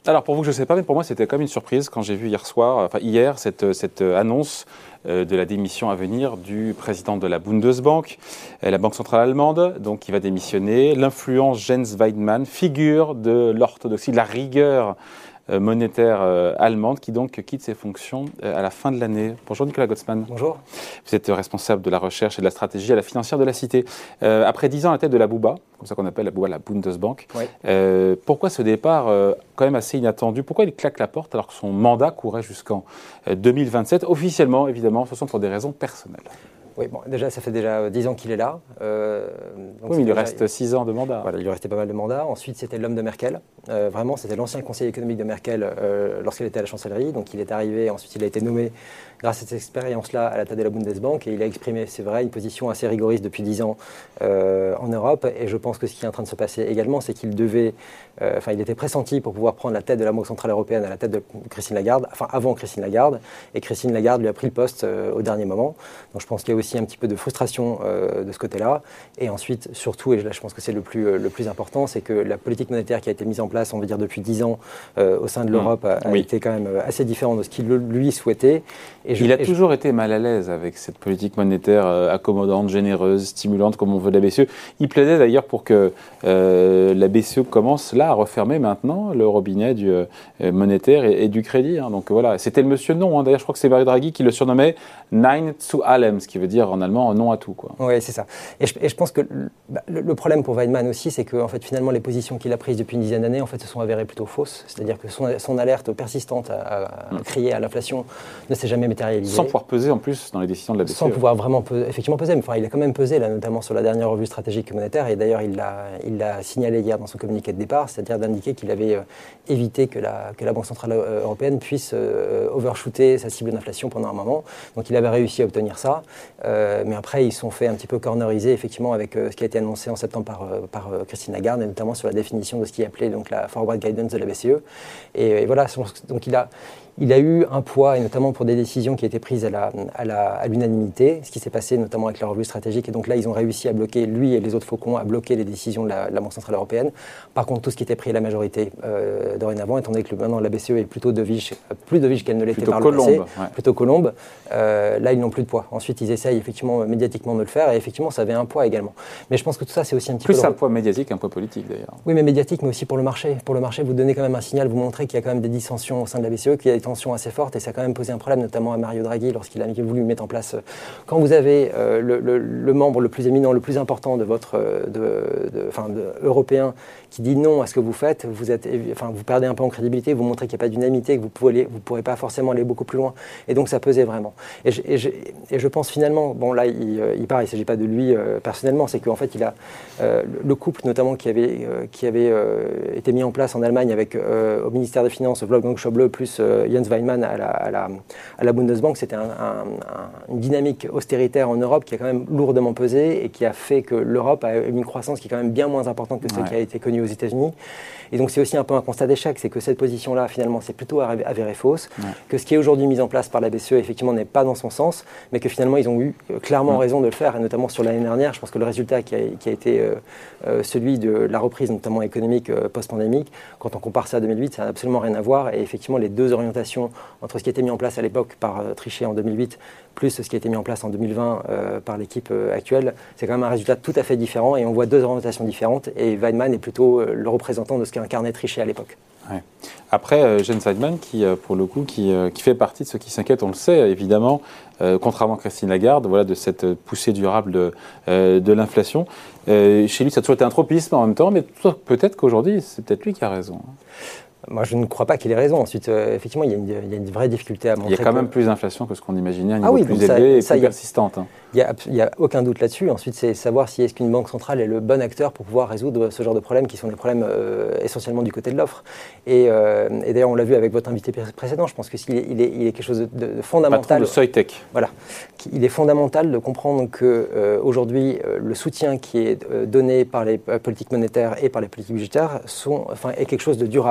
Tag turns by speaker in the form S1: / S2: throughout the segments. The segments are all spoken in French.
S1: Alors pour vous, je ne sais pas, mais pour moi, c'était quand même une surprise quand j'ai vu hier, cette annonce de la démission à venir du président de la Bundesbank, la banque centrale allemande, donc qui va démissionner. L'influence Jens Weidmann, figure de l'orthodoxie, de la rigueur monétaire allemande, qui donc quitte ses fonctions à la fin de l'année. Bonjour Nicolas Gottsman.
S2: Bonjour.
S1: Vous êtes responsable de la recherche et de la stratégie à la financière de la Cité. Après 10 ans à la tête de la BUBA, comme ça qu'on appelle la BUBA, la Bundesbank,
S2: Oui.
S1: Pourquoi ce départ quand même assez inattendu? Pourquoi il claque la porte alors que son mandat courait jusqu'en 2027? Officiellement, évidemment, ce sont pour des raisons personnelles.
S2: Oui, bon, déjà, ça fait déjà 10 ans qu'il est là.
S1: Donc oui, mais il lui reste 6 ans de mandat.
S2: Voilà, il lui restait pas mal de mandats. Ensuite, c'était l'homme de Merkel. Vraiment, c'était l'ancien conseiller économique de Merkel lorsqu'elle était à la chancellerie. Donc, il est arrivé, ensuite, il a été nommé grâce à cette expérience-là à la tête de la Bundesbank. Et il a exprimé, c'est vrai, une position assez rigoriste depuis 10 ans en Europe. Et je pense que ce qui est en train de se passer également, c'est qu'il devait, il était pressenti pour pouvoir prendre la tête de la Banque centrale européenne à la tête de Christine Lagarde, enfin avant Christine Lagarde. Et Christine Lagarde lui a pris le poste au dernier moment. Donc, je pense qu'il y a aussi un petit peu de frustration de ce côté-là. Et ensuite, surtout, et là je pense que c'est le plus important, c'est que la politique monétaire qui a été mise en place, on va dire depuis 10 ans au sein de l'Europe, a été quand même assez différente de ce qu'il lui souhaitait.
S1: Il a toujours été mal à l'aise avec cette politique monétaire accommodante, généreuse, stimulante, comme on veut de la BCE. Il plaidait d'ailleurs pour que la BCE commence là à refermer maintenant le robinet du monétaire et du crédit. Donc voilà, c'était le monsieur non. D'ailleurs, je crois que c'est Mario Draghi qui le surnommait Nein zu allem, ce qui veut dire en allemand non à tout.
S2: Oui, c'est ça. Et je pense que le problème pour Weidmann aussi, c'est que en fait, finalement, les positions qu'il a prises depuis une dizaine d'années en fait, se sont avérées plutôt fausses. C'est-à-dire que son alerte persistante à crier à l'inflation ne s'est jamais matérialisée.
S1: Sans pouvoir peser en plus dans les décisions de la BCE.
S2: Sans pouvoir vraiment effectivement peser. Mais enfin, il a quand même pesé, là, notamment sur la dernière revue stratégique monétaire. Et d'ailleurs, il l'a signalé hier dans son communiqué de départ, c'est-à-dire d'indiquer qu'il avait évité que la Banque centrale européenne puisse overshooter sa cible d'inflation pendant un moment. Donc il avait réussi à obtenir ça. Mais après, ils se sont fait un petit peu corneriser, effectivement, avec ce qui a été annoncé en septembre par Christine Lagarde, et notamment sur la définition de ce qui est appelé donc, la Forward Guidance de la BCE. Et voilà, donc il a eu un poids, et notamment pour des décisions qui étaient prises à l'unanimité, ce qui s'est passé notamment avec la revue stratégique. Et donc là, ils ont réussi à bloquer, lui et les autres faucons, à bloquer les décisions de la Banque centrale européenne. Par contre, tout ce qui était pris à la majorité dorénavant, étant donné que maintenant la BCE est plutôt plus dovish qu'elle ne l'était par le passé, plutôt colombe, là, ils n'ont plus de poids. Ensuite, ils essayent effectivement médiatiquement de le faire, et effectivement, ça avait un poids également. Mais je pense que tout ça, c'est aussi un petit peu...
S1: Plus un poids médiatique qu'un poids politique, d'ailleurs.
S2: Oui, mais médiatique, mais aussi pour le marché. Pour le marché, vous donnez quand même un signal, vous montrez qu'il y a quand même des dissensions au sein de la BCE, qu'il y a des tensions assez fortes, et ça a quand même posé un problème, notamment à Mario Draghi, lorsqu'il a voulu mettre en place... Quand vous avez le membre le plus éminent, le plus important de votre européen, qui dit non à ce que vous faites, vous perdez un peu en crédibilité, vous montrez qu'il n'y a pas d'unanimité, que vous ne pourrez pas forcément aller beaucoup plus loin. Et donc ça pesait vraiment. Et je pense finalement, bon là il part, il ne s'agit pas de lui personnellement, c'est qu'en fait il a le couple notamment qui avait été mis en place en Allemagne avec au ministère des Finances Wolfgang Schäuble plus Jens Weidmann à la Bundesbank, c'était une dynamique austéritaire en Europe qui a quand même lourdement pesé et qui a fait que l'Europe a eu une croissance qui est quand même bien moins importante que celle qui a été connue aux États-Unis. Et donc c'est aussi un peu un constat d'échec, c'est que cette position-là, finalement, c'est plutôt avérée fausse, que ce qui est aujourd'hui mis en place par la BCE, effectivement, n'est pas dans son sens, mais que finalement, ils ont eu clairement raison de le faire, et notamment sur l'année dernière, je pense que le résultat qui a été celui de la reprise, notamment économique post-pandémique, quand on compare ça à 2008, ça n'a absolument rien à voir, et effectivement, les deux orientations entre ce qui a été mis en place à l'époque par Trichet en 2008, plus ce qui a été mis en place en 2020 par l'équipe actuelle, c'est quand même un résultat tout à fait différent, et on voit deux orientations différentes, et Weidmann est plutôt le représentant de ce qu'incarnait Trichet à l'époque.
S1: Ouais. Après, Jens Weidmann, pour le coup, qui fait partie de ceux qui s'inquiètent, on le sait, évidemment, contrairement à Christine Lagarde, voilà, de cette poussée durable de l'inflation. Chez lui, ça a toujours été un tropisme en même temps, mais peut-être qu'aujourd'hui, c'est peut-être lui qui a raison.
S2: Moi, je ne crois pas qu'il ait raison. Ensuite, effectivement, il y a une vraie difficulté à montrer.
S1: Il y a quand même plus d'inflation que ce qu'on imaginait, un niveau plus élevé et plus persistante.
S2: Il n'y a aucun doute là-dessus. Ensuite, c'est savoir si est-ce qu'une banque centrale est le bon acteur pour pouvoir résoudre ce genre de problèmes qui sont des problèmes essentiellement du côté de l'offre. Et d'ailleurs, on l'a vu avec votre invité précédent, je pense que il est quelque chose de fondamental.
S1: Patron de Soitec.
S2: Voilà. Il est fondamental de comprendre qu'aujourd'hui, le soutien qui est donné par les politiques monétaires et par les politiques budgétaires est quelque chose de durable.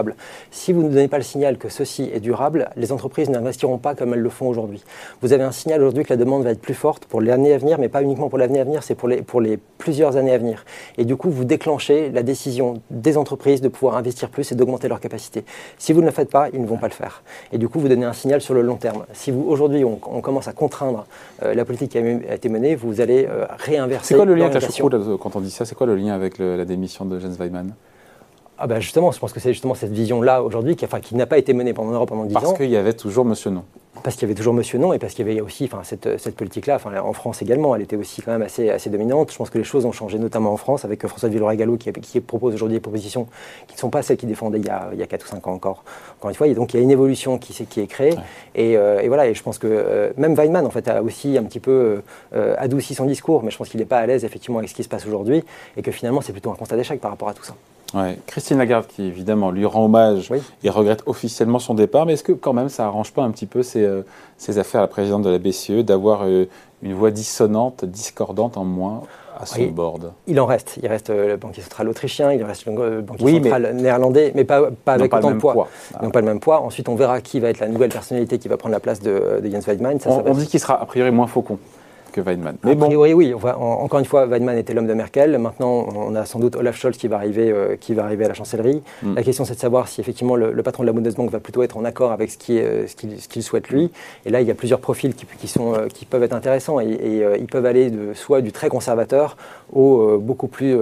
S2: Si vous ne donnez pas le signal que ceci est durable, les entreprises n'investiront pas comme elles le font aujourd'hui. Vous avez un signal aujourd'hui que la demande va être plus forte pour l'année à venir, mais pas uniquement pour l'année à venir, c'est pour les plusieurs années à venir. Et du coup, vous déclenchez la décision des entreprises de pouvoir investir plus et d'augmenter leur capacité. Si vous ne le faites pas, ils ne vont pas le faire. Et du coup, vous donnez un signal sur le long terme. Si aujourd'hui, on commence à contraindre la politique qui a été menée, vous allez réinverser.
S1: C'est quoi le lien avec la choucroute quand on dit ça? C'est quoi le lien avec la démission de Jens Weidmann?
S2: Justement, je pense que c'est justement cette vision-là aujourd'hui qui n'a pas été menée en Europe pendant 10 ans.
S1: Parce qu'il y avait toujours Monsieur Non.
S2: Parce qu'il y avait toujours Monsieur Non et parce qu'il y avait aussi cette politique-là, en France également, elle était aussi quand même assez dominante. Je pense que les choses ont changé, notamment en France, avec François de Villeroy-Gallo qui propose aujourd'hui des propositions qui ne sont pas celles qu'il défendait il y a 4 ou 5 ans encore une fois. Et donc il y a une évolution qui est créée. Ouais. Et voilà, et je pense que même Weidmann en fait, a aussi un petit peu adouci son discours, mais je pense qu'il n'est pas à l'aise effectivement avec ce qui se passe aujourd'hui et que finalement c'est plutôt un constat d'échec par rapport à tout ça.
S1: Ouais. Christine Lagarde qui évidemment lui rend hommage et regrette officiellement son départ, mais est-ce que quand même ça n'arrange pas un petit peu ses affaires à la présidente de la BCE d'avoir une voix dissonante, discordante en moins à son board?
S2: Il reste le banquier central autrichien, il reste le banquier central néerlandais, mais pas avec autant de poids. Ils n'ont pas le même poids. Ensuite on verra qui va être la nouvelle personnalité qui va prendre la place de Jens Weidmann.
S1: On dit qu'il sera a priori moins faucon que Weidmann.
S2: Mais a priori, oui. Encore une fois, Weidmann était l'homme de Merkel. Maintenant, on a sans doute Olaf Scholz qui va arriver à la chancellerie. La question, c'est de savoir si effectivement le patron de la Bundesbank va plutôt être en accord avec ce qu'il souhaite lui. Et là, il y a plusieurs profils qui peuvent être intéressants. Et ils peuvent aller soit du très conservateur au beaucoup plus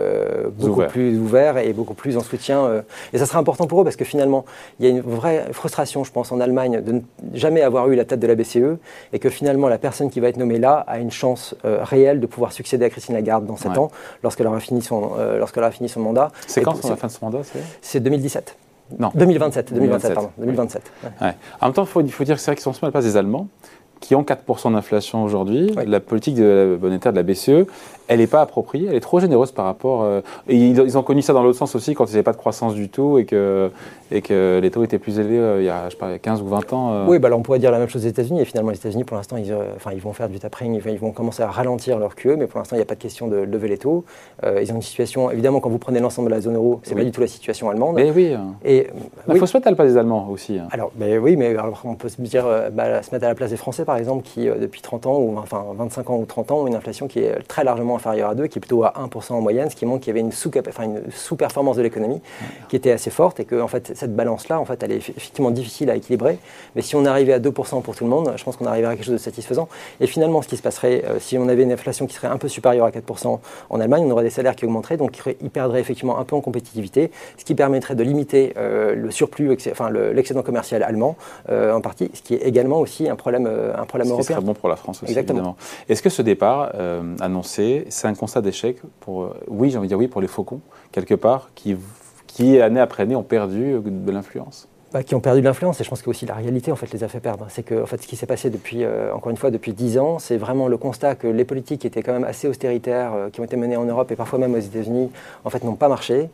S2: ouvert et beaucoup plus en soutien. Et ça sera important pour eux parce que finalement, il y a une vraie frustration, je pense, en Allemagne de ne jamais avoir eu la tête de la BCE et que finalement, la personne qui va être nommée là a une chance réelle de pouvoir succéder à Christine Lagarde dans 7 ans, lorsqu'elle aura fini son mandat.
S1: C'est quand la fin de son mandat?
S2: C'est 2017.
S1: Non.
S2: 2027, pardon. 2027.
S1: Ouais. En même temps, il faut dire que c'est vrai qu'ils sont à la place des Allemands, qui ont 4% d'inflation aujourd'hui.
S2: Oui.
S1: La politique monétaire de la BCE, elle n'est pas appropriée, elle est trop généreuse par rapport... et ils ont connu ça dans l'autre sens aussi, quand il n'y avait pas de croissance du tout et que les taux étaient plus élevés il y a 15 ou 20 ans.
S2: Oui, alors on pourrait dire la même chose des États-Unis. Et finalement, les États-Unis, pour l'instant, ils vont faire du tapering, ils vont commencer à ralentir leur QE, mais pour l'instant, il n'y a pas de question de lever les taux. Ils ont une situation... Évidemment, quand vous prenez l'ensemble de la zone euro, c'est pas du tout la situation allemande.
S1: Mais oui. Il faut se mettre à la place des Allemands aussi.
S2: Alors, alors, on peut se dire, se mettre à la place des Français, par exemple, qui depuis 30 ans, 25 ans ou 30 ans, ont une inflation qui est très largement inférieure à 2, qui est plutôt à 1% en moyenne, ce qui montre qu'il y avait une sous-performance de l'économie qui était assez forte et que en fait, cette balance-là, en fait, elle est effectivement difficile à équilibrer. Mais si on arrivait à 2% pour tout le monde, je pense qu'on arriverait à quelque chose de satisfaisant. Et finalement, ce qui se passerait, si on avait une inflation qui serait un peu supérieure à 4% en Allemagne, on aurait des salaires qui augmenteraient, donc ils perdraient effectivement un peu en compétitivité, ce qui permettrait de limiter le surplus, l'excédent commercial allemand en partie, ce qui est également aussi un problème européen.
S1: C'est très bon pour la France aussi,
S2: exactement.
S1: Évidemment. Est-ce que ce départ annoncé, c'est un constat d'échec pour, j'ai envie de dire oui, pour les faucons, quelque part, qui année après année ont perdu de l'influence?
S2: Qui ont perdu de l'influence, et je pense que aussi la réalité en fait les a fait perdre. C'est que en fait, ce qui s'est passé depuis, encore une fois, depuis 10 ans, c'est vraiment le constat que les politiques étaient quand même assez austéritaires, qui ont été menées en Europe et parfois même aux États-Unis, en fait, n'ont pas marché,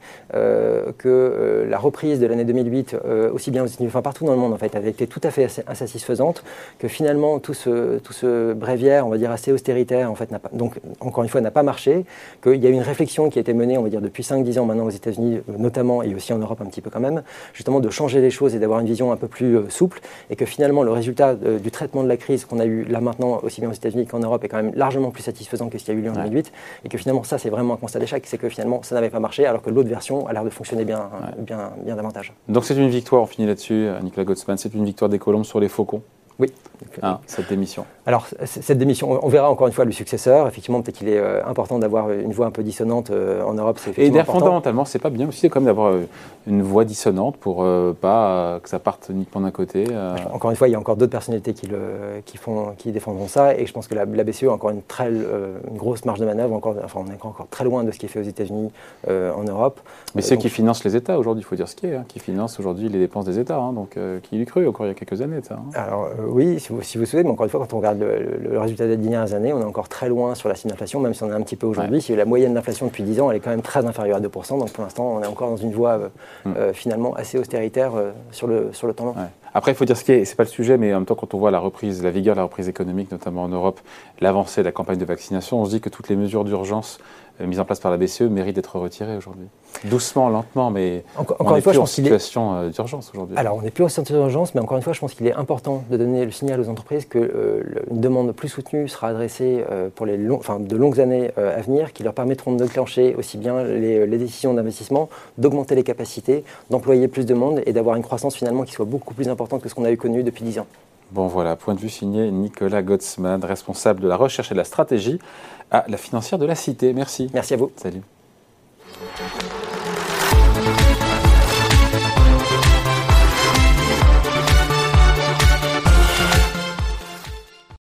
S2: que la reprise de l'année 2008, aussi bien aux États-Unis, partout dans le monde, en fait, avait été tout à fait insatisfaisante, que finalement tout ce bréviaire, on va dire assez austéritaire, en fait, donc encore une fois, n'a pas marché, qu'il y a eu une réflexion qui a été menée, on va dire, depuis 5-10 ans maintenant aux États-Unis, notamment, et aussi en Europe un petit peu quand même, justement de changer les choses et d'avoir une vision un peu plus souple, et que finalement le résultat du traitement de la crise qu'on a eu là maintenant, aussi bien aux États-Unis qu'en Europe, est quand même largement plus satisfaisant que ce qu'il y a eu lieu en 2008, et que finalement ça c'est vraiment un constat d'échec, c'est que finalement ça n'avait pas marché, alors que l'autre version a l'air de fonctionner bien davantage. Donc
S1: c'est une victoire, on finit là-dessus, Nicolas Gautsman, c'est une victoire des colombes sur les faucons?
S2: Oui.
S1: Cette démission.
S2: Alors, cette démission, on verra encore une fois le successeur. Effectivement, peut-être qu'il est important d'avoir une voix un peu dissonante en Europe. C'est effectivement important.
S1: Fondamentalement, c'est pas bien aussi quand même d'avoir une voix dissonante pour pas que ça parte uniquement d'un côté.
S2: Encore une fois, il y a encore d'autres personnalités qui défendront ça. Et je pense que la BCE a encore une grosse marge de manœuvre. On est encore très loin de ce qui est fait aux États-Unis, en Europe.
S1: Mais c'est qui finance les États aujourd'hui, il faut dire ce qui est, qui finance aujourd'hui les dépenses des États. Donc, qui l'eût cru encore il y a quelques années de ça.
S2: Alors, oui, si vous souhaitez, mais encore une fois, quand on regarde le résultat des dernières années, on est encore très loin sur la cible d'inflation, même si on est un petit peu aujourd'hui. Si la moyenne d'inflation depuis 10 ans, elle est quand même très inférieure à 2%. Donc pour l'instant, on est encore dans une voie finalement assez austéritaire sur le temps long.
S1: Après, il faut dire ce qui est, c'est pas le sujet, mais en même temps, quand on voit la vigueur de la reprise économique, notamment en Europe, l'avancée de la campagne de vaccination, on se dit que toutes les mesures d'urgence mises en place par la BCE méritent d'être retirées aujourd'hui. Doucement, lentement, mais
S2: encore une fois, je pense qu'il est en
S1: situation d'urgence aujourd'hui.
S2: Alors, on n'est plus en situation d'urgence, mais encore une fois, je pense qu'il est important de donner le signal aux entreprises qu'une demande plus soutenue sera adressée pour de longues années à venir, qui leur permettront de déclencher aussi bien les décisions d'investissement, d'augmenter les capacités, d'employer plus de monde et d'avoir une croissance finalement qui soit beaucoup plus importante que ce qu'on a eu connu depuis 10 ans.
S1: Bon voilà, point de vue signé Nicolas Gottsman, responsable de la recherche et de la stratégie à la Financière de la Cité. Merci.
S2: Merci à vous.
S1: Salut.